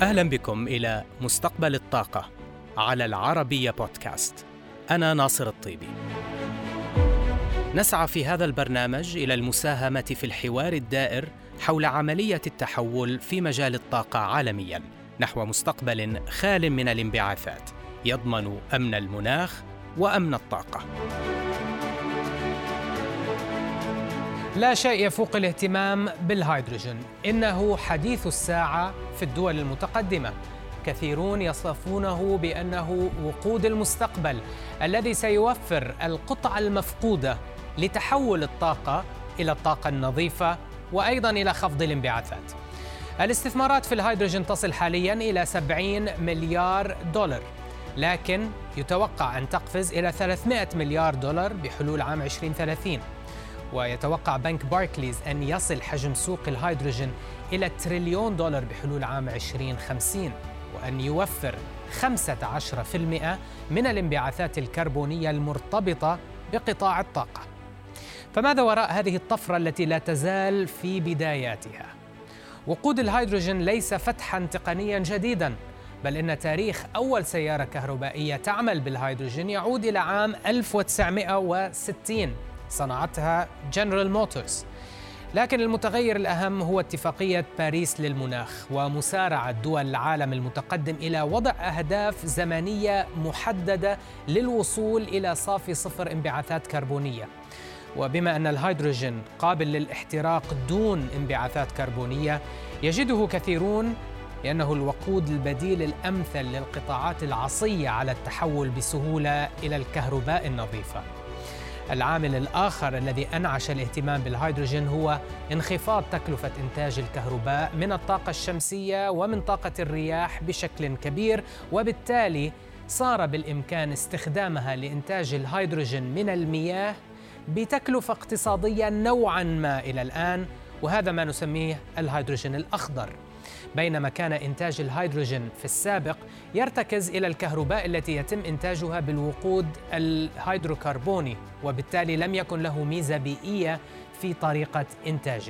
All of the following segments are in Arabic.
أهلا بكم إلى مستقبل الطاقة على العربية بودكاست. أنا ناصر الطيبي. نسعى في هذا البرنامج إلى المساهمة في الحوار الدائر حول عملية التحول في مجال الطاقة عالمياً نحو مستقبل خال من الانبعاثات يضمن أمن المناخ وأمن الطاقة. لا شيء يفوق الاهتمام بالهيدروجين، إنه حديث الساعة في الدول المتقدمة. كثيرون يصفونه بأنه وقود المستقبل الذي سيوفر القطعة المفقودة لتحول الطاقة إلى الطاقة النظيفة وأيضاً إلى خفض الانبعاثات. الاستثمارات في الهيدروجين تصل حالياً إلى 70 مليار دولار، لكن يتوقع أن تقفز إلى 300 مليار دولار بحلول عام 2030. ويتوقع بنك باركليز أن يصل حجم سوق الهيدروجين إلى تريليون دولار بحلول عام 2050، وأن يوفر 15% من الانبعاثات الكربونية المرتبطة بقطاع الطاقة. فماذا وراء هذه الطفرة التي لا تزال في بداياتها؟ وقود الهيدروجين ليس فتحاً تقنياً جديداً، بل إن تاريخ أول سيارة كهربائية تعمل بالهيدروجين يعود إلى عام 1960 صنعتها جنرال موتورز. لكن المتغير الأهم هو اتفاقية باريس للمناخ ومسارعة دول العالم المتقدم إلى وضع أهداف زمنية محددة للوصول إلى صافي صفر انبعاثات كربونية. وبما أن الهيدروجين قابل للاحتراق دون انبعاثات كربونية، يجده كثيرون لأنه الوقود البديل الأمثل للقطاعات العصية على التحول بسهولة إلى الكهرباء النظيفة. العامل الآخر الذي أنعش الاهتمام بالهيدروجين هو انخفاض تكلفة إنتاج الكهرباء من الطاقة الشمسية ومن طاقة الرياح بشكل كبير، وبالتالي صار بالإمكان استخدامها لإنتاج الهيدروجين من المياه بتكلفة اقتصادية نوعاً ما إلى الآن، وهذا ما نسميه الهيدروجين الأخضر. بينما كان إنتاج الهيدروجين في السابق يرتكز إلى الكهرباء التي يتم إنتاجها بالوقود الهيدروكربوني، وبالتالي لم يكن له ميزة بيئية في طريقة إنتاجه.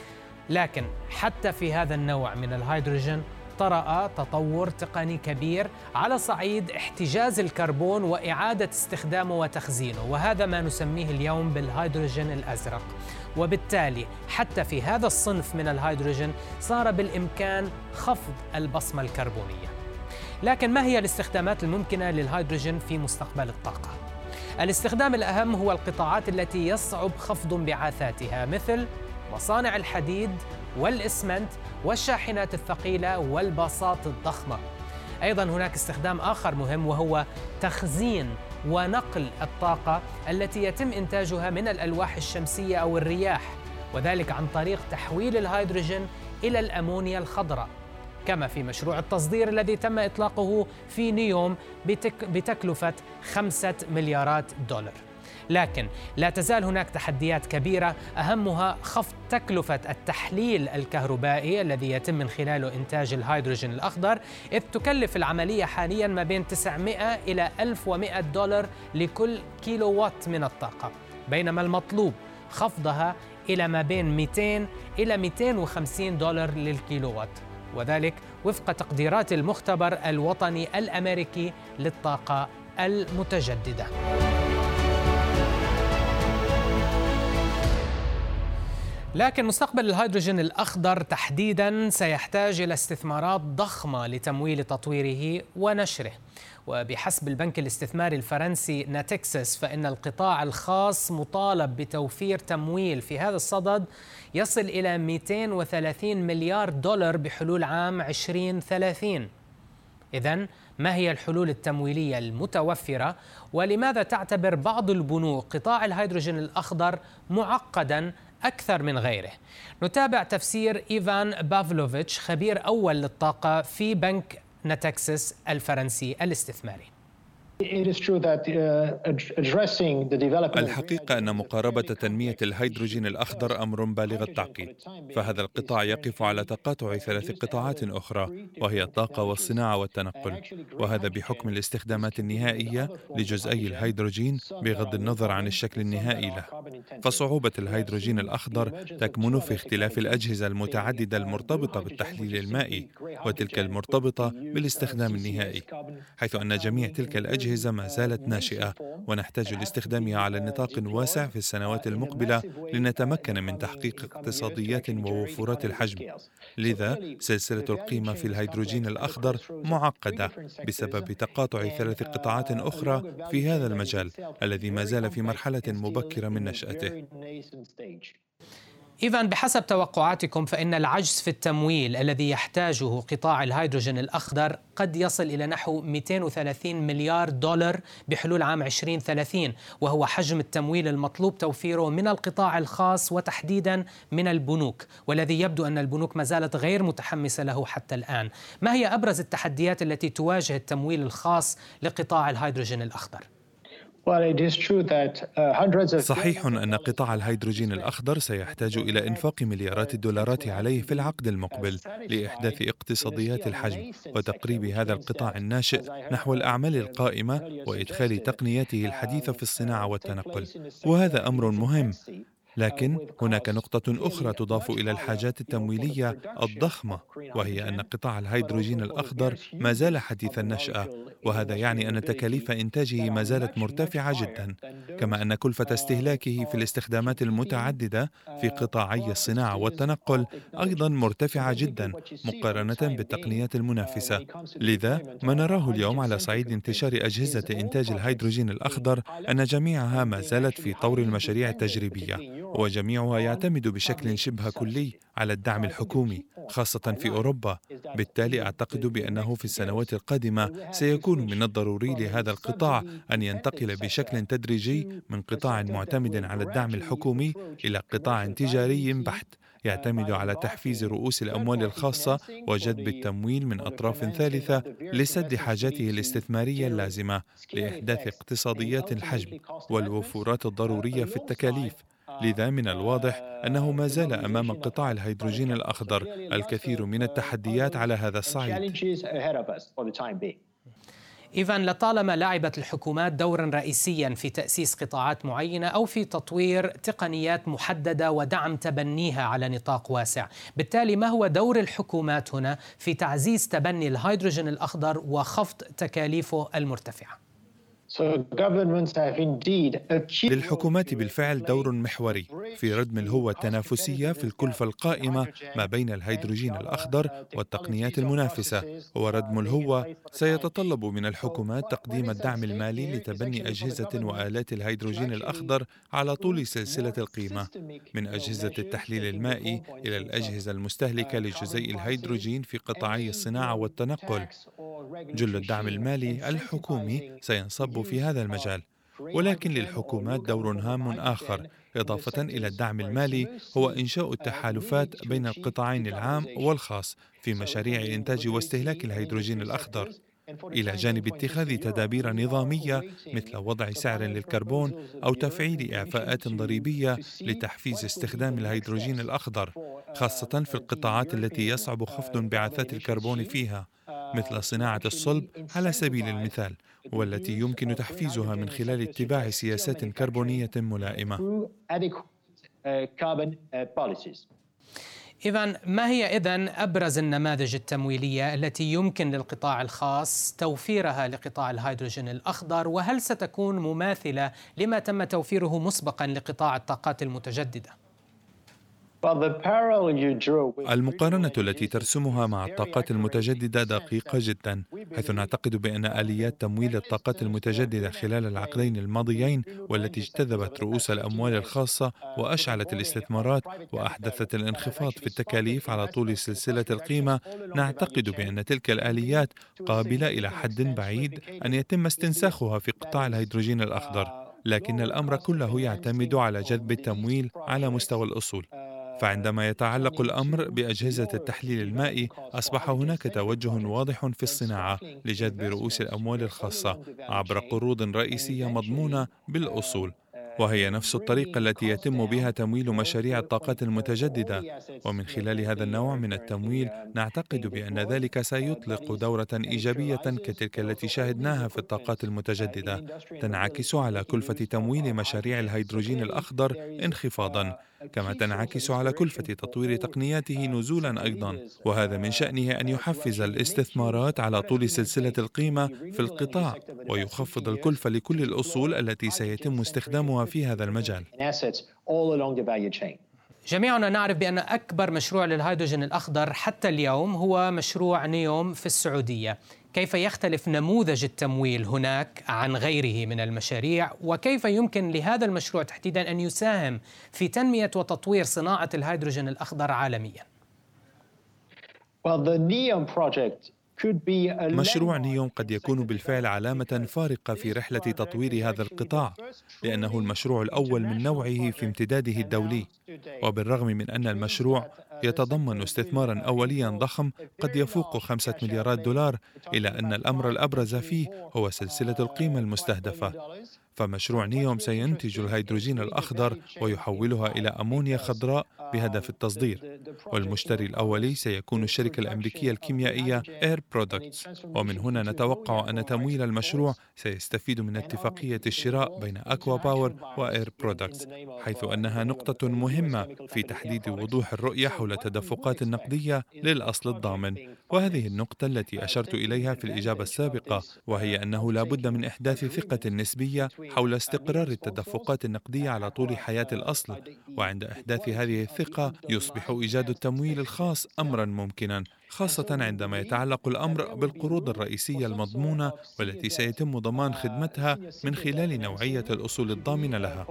لكن حتى في هذا النوع من الهيدروجين طرأ تطور تقني كبير على صعيد احتجاز الكربون وإعادة استخدامه وتخزينه، وهذا ما نسميه اليوم بالهيدروجين الأزرق. وبالتالي حتى في هذا الصنف من الهيدروجين صار بالإمكان خفض البصمة الكربونية. لكن ما هي الاستخدامات الممكنة للهيدروجين في مستقبل الطاقة؟ الاستخدام الأهم هو القطاعات التي يصعب خفض انبعاثاتها، مثل مصانع الحديد والإسمنت والشاحنات الثقيلة والباصات الضخمة. أيضاً هناك استخدام آخر مهم، وهو تخزين ونقل الطاقة التي يتم إنتاجها من الألواح الشمسية أو الرياح، وذلك عن طريق تحويل الهيدروجين إلى الأمونيا الخضراء، كما في مشروع التصدير الذي تم إطلاقه في نيوم بتكلفة 5 مليارات دولار. لكن لا تزال هناك تحديات كبيرة، أهمها خفض تكلفة التحليل الكهربائي الذي يتم من خلاله إنتاج الهيدروجين الأخضر، إذ تكلف العملية حالياً ما بين 900 إلى 1100 دولار لكل كيلو وات من الطاقة، بينما المطلوب خفضها إلى ما بين 200 إلى 250 دولار للكيلو وات، وذلك وفق تقديرات المختبر الوطني الأمريكي للطاقة المتجددة. لكن مستقبل الهيدروجين الأخضر تحديداً سيحتاج إلى استثمارات ضخمة لتمويل تطويره ونشره. وبحسب البنك الاستثماري الفرنسي ناتكسس، فإن القطاع الخاص مطالب بتوفير تمويل في هذا الصدد يصل إلى 230 مليار دولار بحلول عام 2030. إذن ما هي الحلول التمويلية المتوفرة؟ ولماذا تعتبر بعض البنوك قطاع الهيدروجين الأخضر معقداً أكثر من غيره؟ نتابع تفسير إيفان بافلوفيتش، خبير أول للطاقة في بنك ناتكسس الفرنسي الاستثماري. الحقيقة أن مقاربة تنمية الهيدروجين الأخضر أمر بالغ التعقيد، فهذا القطاع يقف على تقاطع 3 قطاعات أخرى، وهي الطاقة والصناعة والتنقل، وهذا بحكم الاستخدامات النهائية لجزيء الهيدروجين بغض النظر عن الشكل النهائي له. فصعوبة الهيدروجين الأخضر تكمن في اختلاف الأجهزة المتعددة المرتبطة بالتحليل المائي، وتلك المرتبطة بالاستخدام النهائي، حيث أن جميع تلك الأجهزة ما زالت ناشئة، ونحتاج لاستخدامها على نطاق واسع في السنوات المقبلة لنتمكن من تحقيق اقتصاديات ووفرات الحجم. لذا سلسلة القيمة في الهيدروجين الأخضر معقدة بسبب تقاطع 3 قطاعات أخرى في هذا المجال الذي ما زال في مرحلة مبكرة من نشأته. إيفان، بحسب توقعاتكم فإن العجز في التمويل الذي يحتاجه قطاع الهيدروجين الأخضر قد يصل إلى نحو 230 مليار دولار بحلول عام 2030، وهو حجم التمويل المطلوب توفيره من القطاع الخاص وتحديدا من البنوك، والذي يبدو أن البنوك ما زالت غير متحمسة له حتى الآن. ما هي أبرز التحديات التي تواجه التمويل الخاص لقطاع الهيدروجين الأخضر؟ صحيح أن قطاع الهيدروجين الأخضر سيحتاج إلى إنفاق مليارات الدولارات عليه في العقد المقبل لإحداث اقتصاديات الحجم وتقريب هذا القطاع الناشئ نحو الأعمال القائمة وإدخال تقنياته الحديثة في الصناعة والتنقل، وهذا أمر مهم. لكن هناك نقطة أخرى تضاف إلى الحاجات التمويلية الضخمة، وهي أن قطاع الهيدروجين الأخضر ما زال حديث النشأة، وهذا يعني أن تكاليف إنتاجه ما زالت مرتفعة جدا، كما أن كلفة استهلاكه في الاستخدامات المتعددة في قطاعي الصناعة والتنقل أيضا مرتفعة جدا مقارنة بالتقنيات المنافسة. لذا ما نراه اليوم على صعيد انتشار أجهزة إنتاج الهيدروجين الأخضر أن جميعها ما زالت في طور المشاريع التجريبية، وجميعها يعتمد بشكل شبه كلي على الدعم الحكومي خاصة في أوروبا. بالتالي أعتقد بأنه في السنوات القادمة سيكون من الضروري لهذا القطاع أن ينتقل بشكل تدريجي من قطاع معتمد على الدعم الحكومي إلى قطاع تجاري بحت يعتمد على تحفيز رؤوس الأموال الخاصة وجذب التمويل من أطراف ثالثة لسد حاجاته الاستثمارية اللازمة لإحداث اقتصاديات الحجم والوفورات الضرورية في التكاليف. لذا من الواضح أنه ما زال أمام قطاع الهيدروجين الأخضر الكثير من التحديات على هذا الصعيد. إيفان، لطالما لعبت الحكومات دورا رئيسيا في تأسيس قطاعات معينة أو في تطوير تقنيات محددة ودعم تبنيها على نطاق واسع، بالتالي ما هو دور الحكومات هنا في تعزيز تبني الهيدروجين الأخضر وخفض تكاليفه المرتفعة؟ للحكومات بالفعل دور محوري في ردم الهوة التنافسية في الكلفة القائمة ما بين الهيدروجين الأخضر والتقنيات المنافسة، وردم الهوة سيتطلب من الحكومات تقديم الدعم المالي لتبني أجهزة وآلات الهيدروجين الأخضر على طول سلسلة القيمة، من أجهزة التحليل المائي إلى الأجهزة المستهلكة لجزيء الهيدروجين في قطاعي الصناعة والتنقل. جل الدعم المالي الحكومي سينصب في هذا المجال، ولكن للحكومات دور هام آخر إضافة إلى الدعم المالي، هو إنشاء التحالفات بين القطاعين العام والخاص في مشاريع إنتاج واستهلاك الهيدروجين الأخضر، إلى جانب اتخاذ تدابير نظامية مثل وضع سعر للكربون أو تفعيل إعفاءات ضريبية لتحفيز استخدام الهيدروجين الأخضر، خاصة في القطاعات التي يصعب خفض انبعاثات الكربون فيها، مثل صناعة الصلب على سبيل المثال، والتي يمكن تحفيزها من خلال اتباع سياسات كربونية ملائمة. إذن ما هي أبرز النماذج التمويلية التي يمكن للقطاع الخاص توفيرها لقطاع الهيدروجين الأخضر، وهل ستكون مماثلة لما تم توفيره مسبقا لقطاع الطاقات المتجددة؟ المقارنة التي ترسمها مع الطاقات المتجددة دقيقة جدا، حيث نعتقد بأن آليات تمويل الطاقات المتجددة خلال العقدين الماضيين والتي اجتذبت رؤوس الأموال الخاصة وأشعلت الاستثمارات وأحدثت الانخفاض في التكاليف على طول سلسلة القيمة، نعتقد بأن تلك الآليات قابلة إلى حد بعيد أن يتم استنساخها في قطاع الهيدروجين الأخضر، لكن الأمر كله يعتمد على جذب التمويل على مستوى الأصول. فعندما يتعلق الأمر بأجهزة التحليل المائي، أصبح هناك توجه واضح في الصناعة لجذب رؤوس الأموال الخاصة عبر قروض رئيسية مضمونة بالأصول، وهي نفس الطريقة التي يتم بها تمويل مشاريع الطاقات المتجددة. ومن خلال هذا النوع من التمويل نعتقد بأن ذلك سيطلق دورة إيجابية كتلك التي شاهدناها في الطاقات المتجددة، تنعكس على كلفة تمويل مشاريع الهيدروجين الأخضر انخفاضا، كما تنعكس على كلفة تطوير تقنياته نزولا أيضا. وهذا من شأنه أن يحفز الاستثمارات على طول سلسلة القيمة في القطاع، ويخفض الكلفة لكل الأصول التي سيتم استخدامها في هذا المجال. جميعنا نعرف بأن أكبر مشروع للهيدروجين الأخضر حتى اليوم هو مشروع نيوم في السعودية. كيف يختلف نموذج التمويل هناك عن غيره من المشاريع؟ وكيف يمكن لهذا المشروع تحديدا أن يساهم في تنمية وتطوير صناعة الهيدروجين الأخضر عالميا؟ مشروع نيوم قد يكون بالفعل علامة فارقة في رحلة تطوير هذا القطاع، لأنه المشروع الأول من نوعه في امتداده الدولي. وبالرغم من أن المشروع يتضمن استثماراً أولياً ضخم قد يفوق 5 مليارات دولار، إلا أن الأمر الأبرز فيه هو سلسلة القيمة المستهدفة. فمشروع نيوم سينتج الهيدروجين الأخضر ويحولها إلى أمونيا خضراء بهدف التصدير، والمشتري الأولي سيكون الشركة الأمريكية الكيميائية Air Products. ومن هنا نتوقع أن تمويل المشروع سيستفيد من اتفاقية الشراء بين أكوا باور وإير برودكتس، حيث أنها نقطة مهمة في تحديد وضوح الرؤية حول التدفقات النقدية للأصل الضامن. وهذه النقطة التي أشرت إليها في الإجابة السابقة، وهي أنه لا بد من إحداث ثقة نسبية حول استقرار التدفقات النقدية على طول حياة الأصل. وعند إحداث هذه الثقة يصبح إيجاد التمويل الخاص أمرا ممكنا، خاصة عندما يتعلق الأمر بالقروض الرئيسية المضمونة والتي سيتم ضمان خدمتها من خلال نوعية الأصول الضامنة لها.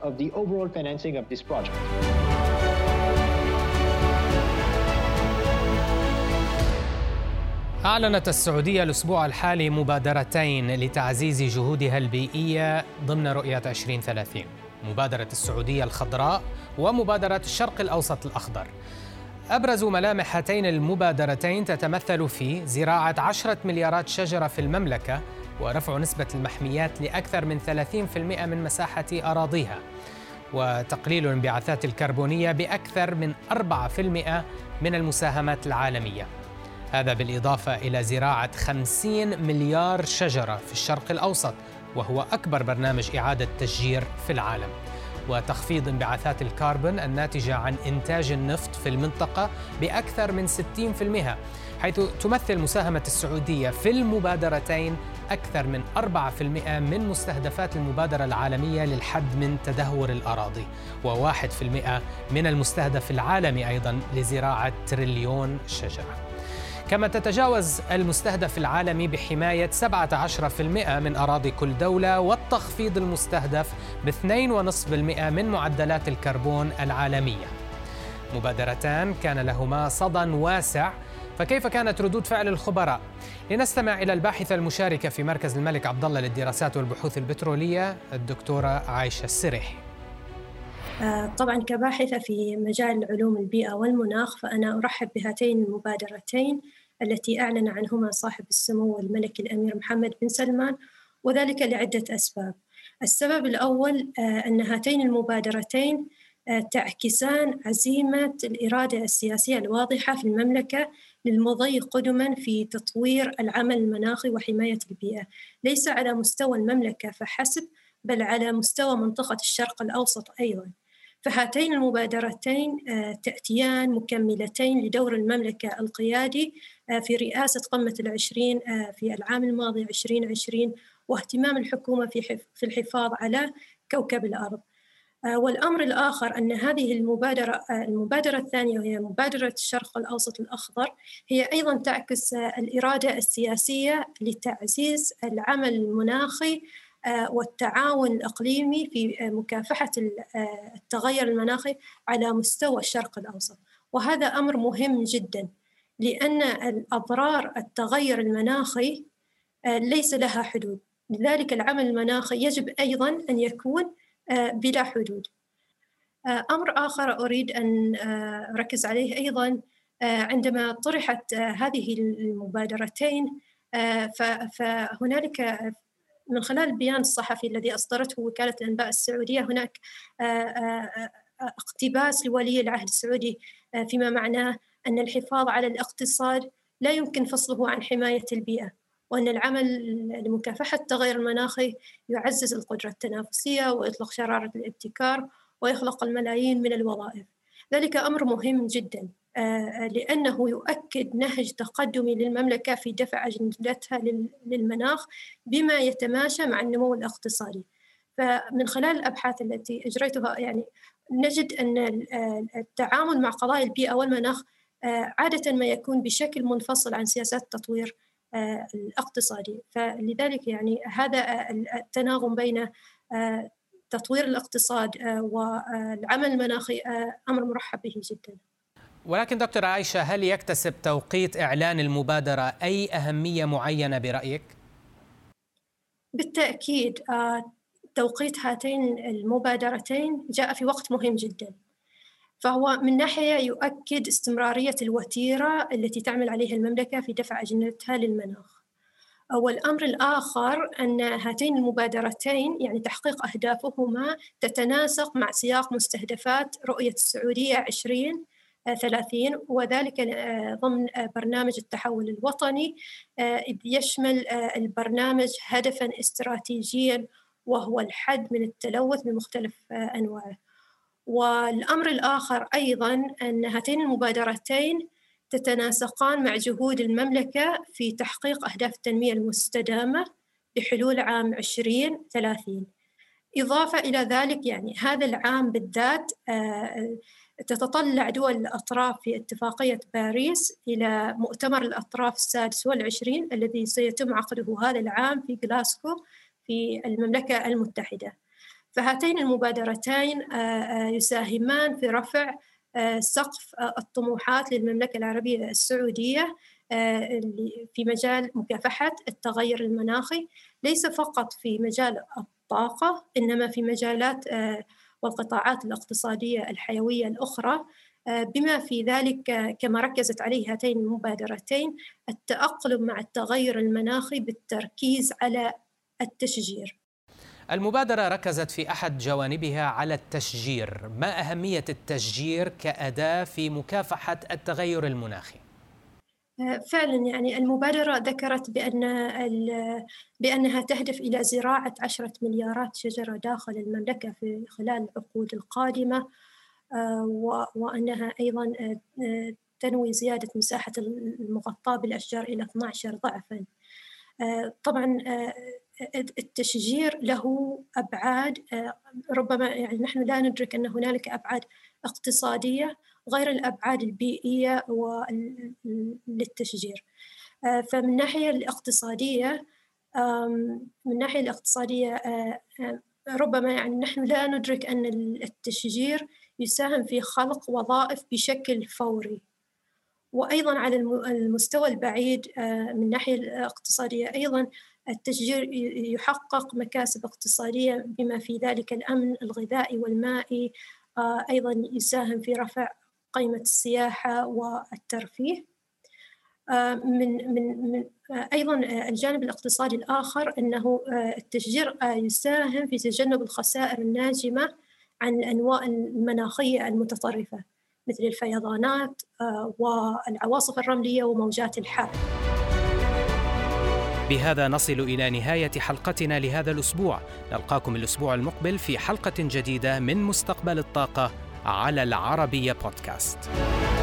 أعلنت السعودية الأسبوع الحالي مبادرتين لتعزيز جهودها البيئية ضمن رؤية 2030: مبادرة السعودية الخضراء ومبادرة الشرق الأوسط الأخضر. أبرز ملامح هاتين المبادرتين تتمثل في زراعة 10 مليارات شجرة في المملكة، ورفع نسبة المحميات لأكثر من 30% من مساحة أراضيها، وتقليل الانبعاثات الكربونية بأكثر من 4% من المساهمات العالمية. هذا بالإضافة إلى زراعة 50 مليار شجرة في الشرق الأوسط، وهو أكبر برنامج إعادة تشجير في العالم، وتخفيض انبعاثات الكربون الناتجة عن إنتاج النفط في المنطقة بأكثر من 60%، حيث تمثل مساهمة السعودية في المبادرتين أكثر من 4% من مستهدفات المبادرة العالمية للحد من تدهور الأراضي، و1% من المستهدف العالمي أيضاً لزراعة تريليون شجرة. كما تتجاوز المستهدف العالمي بحماية 17% من أراضي كل دولة، والتخفيض المستهدف ب2.5% من معدلات الكربون العالمية. مبادرتان كان لهما صدى واسع، فكيف كانت ردود فعل الخبراء؟ لنستمع إلى الباحثة المشاركة في مركز الملك عبدالله للدراسات والبحوث البترولية الدكتورة عايشة السريحي. طبعا كباحثة في مجال علوم البيئة والمناخ، فأنا أرحب بهاتين المبادرتين التي أعلن عنهما صاحب السمو الملك الأمير محمد بن سلمان، وذلك لعدة أسباب. السبب الأول أن هاتين المبادرتين تعكسان عزيمة الإرادة السياسية الواضحة في المملكة للمضي قدما في تطوير العمل المناخي وحماية البيئة، ليس على مستوى المملكة فحسب، بل على مستوى منطقة الشرق الأوسط أيضا. فهاتين المبادرتين تأتيان مكملتين لدور المملكة القيادي في رئاسة قمة العشرين في العام الماضي 2020، واهتمام الحكومة في الحفاظ على كوكب الأرض. والأمر الآخر أن هذه المبادرة الثانية، وهي مبادرة الشرق الأوسط الأخضر، هي أيضاً تعكس الإرادة السياسية لتعزيز العمل المناخي والتعاون الإقليمي في مكافحة التغير المناخي على مستوى الشرق الأوسط. وهذا أمر مهم جداً، لأن الأضرار التغير المناخي ليس لها حدود، لذلك العمل المناخي يجب أيضاً أن يكون بلا حدود. أمر آخر أريد أن أركز عليه أيضاً عندما طرحت هذه المبادرتين، فهنالك من خلال البيان الصحفي الذي أصدرته وكالة الأنباء السعودية هناك اقتباس لولي العهد السعودي فيما معناه أن الحفاظ على الاقتصاد لا يمكن فصله عن حماية البيئة، وأن العمل لمكافحة التغير المناخي يعزز القدرة التنافسية ويطلق شرارة الابتكار ويخلق الملايين من الوظائف. ذلك أمر مهم جداً لأنه يؤكد نهج تقدمي للمملكة في دفع أجندتها للمناخ بما يتماشى مع النمو الاقتصادي. فمن خلال الأبحاث التي أجريتها يعني نجد أن التعامل مع قضايا البيئة والمناخ عادة ما يكون بشكل منفصل عن سياسات التطوير الاقتصادي، فلذلك يعني هذا التناغم بين تطوير الاقتصاد والعمل المناخي أمر مرحب به جدا. ولكن دكتورة عائشة، هل يكتسب توقيت إعلان المبادرة أي أهمية معينة برأيك؟ بالتأكيد توقيت هاتين المبادرتين جاء في وقت مهم جدا، فهو من ناحية يؤكد استمرارية الوتيرة التي تعمل عليها المملكة في دفع أجندتها للمناخ. والأمر الآخر أن هاتين المبادرتين يعني تحقيق أهدافهما تتناسق مع سياق مستهدفات رؤية السعودية 2030، وذلك ضمن برنامج التحول الوطني، إذ يشمل البرنامج هدفاً استراتيجياً وهو الحد من التلوث بمختلف أنواعه. والأمر الآخر أيضاً أن هاتين المبادرتين تتناسقان مع جهود المملكة في تحقيق أهداف التنمية المستدامة بحلول عام 2030. إضافة إلى ذلك يعني هذا العام بالذات تتطلع دول الأطراف في اتفاقية باريس إلى مؤتمر الأطراف السادس والعشرين الذي سيتم عقده هذا العام في غلاسكو في المملكة المتحدة. فهاتين المبادرتين يساهمان في رفع سقف الطموحات للمملكة العربية السعودية في مجال مكافحة التغير المناخي، ليس فقط في مجال الطاقة إنما في مجالات والقطاعات الاقتصادية الحيوية الأخرى، بما في ذلك كما ركزت عليه هاتين المبادرتين التأقلم مع التغير المناخي بالتركيز على التشجير. المبادرة ركزت في أحد جوانبها على التشجير، ما أهمية التشجير كأداة في مكافحة التغير المناخي؟ فعلا يعني المبادرة ذكرت بأنها تهدف إلى زراعة 10 مليارات شجرة داخل المملكة في خلال العقود القادمة، وأنها أيضا تنوي زيادة مساحة المغطاة بالأشجار إلى 12 ضعفا. طبعا التشجير له أبعاد ربما يعني نحن لا ندرك أن هنالك أبعاد اقتصادية غير الأبعاد البيئية للتشجير. فمن الناحية الاقتصادية ربما يعني نحن لا ندرك أن التشجير يساهم في خلق وظائف بشكل فوري، وأيضاً على المستوى البعيد من الناحية الاقتصادية أيضاً التشجير يحقق مكاسب اقتصادية بما في ذلك الأمن الغذائي والمائي، أيضاً يساهم في رفع قيمة السياحة والترفيه. من أيضاً الجانب الاقتصادي الآخر أنه التشجير يساهم في تجنب الخسائر الناجمة عن الأنواع المناخية المتطرفة مثل الفيضانات والعواصف الرملية وموجات الحار. بهذا نصل إلى نهاية حلقتنا لهذا الأسبوع. نلقاكم الأسبوع المقبل في حلقة جديدة من مستقبل الطاقة على العربية بودكاست.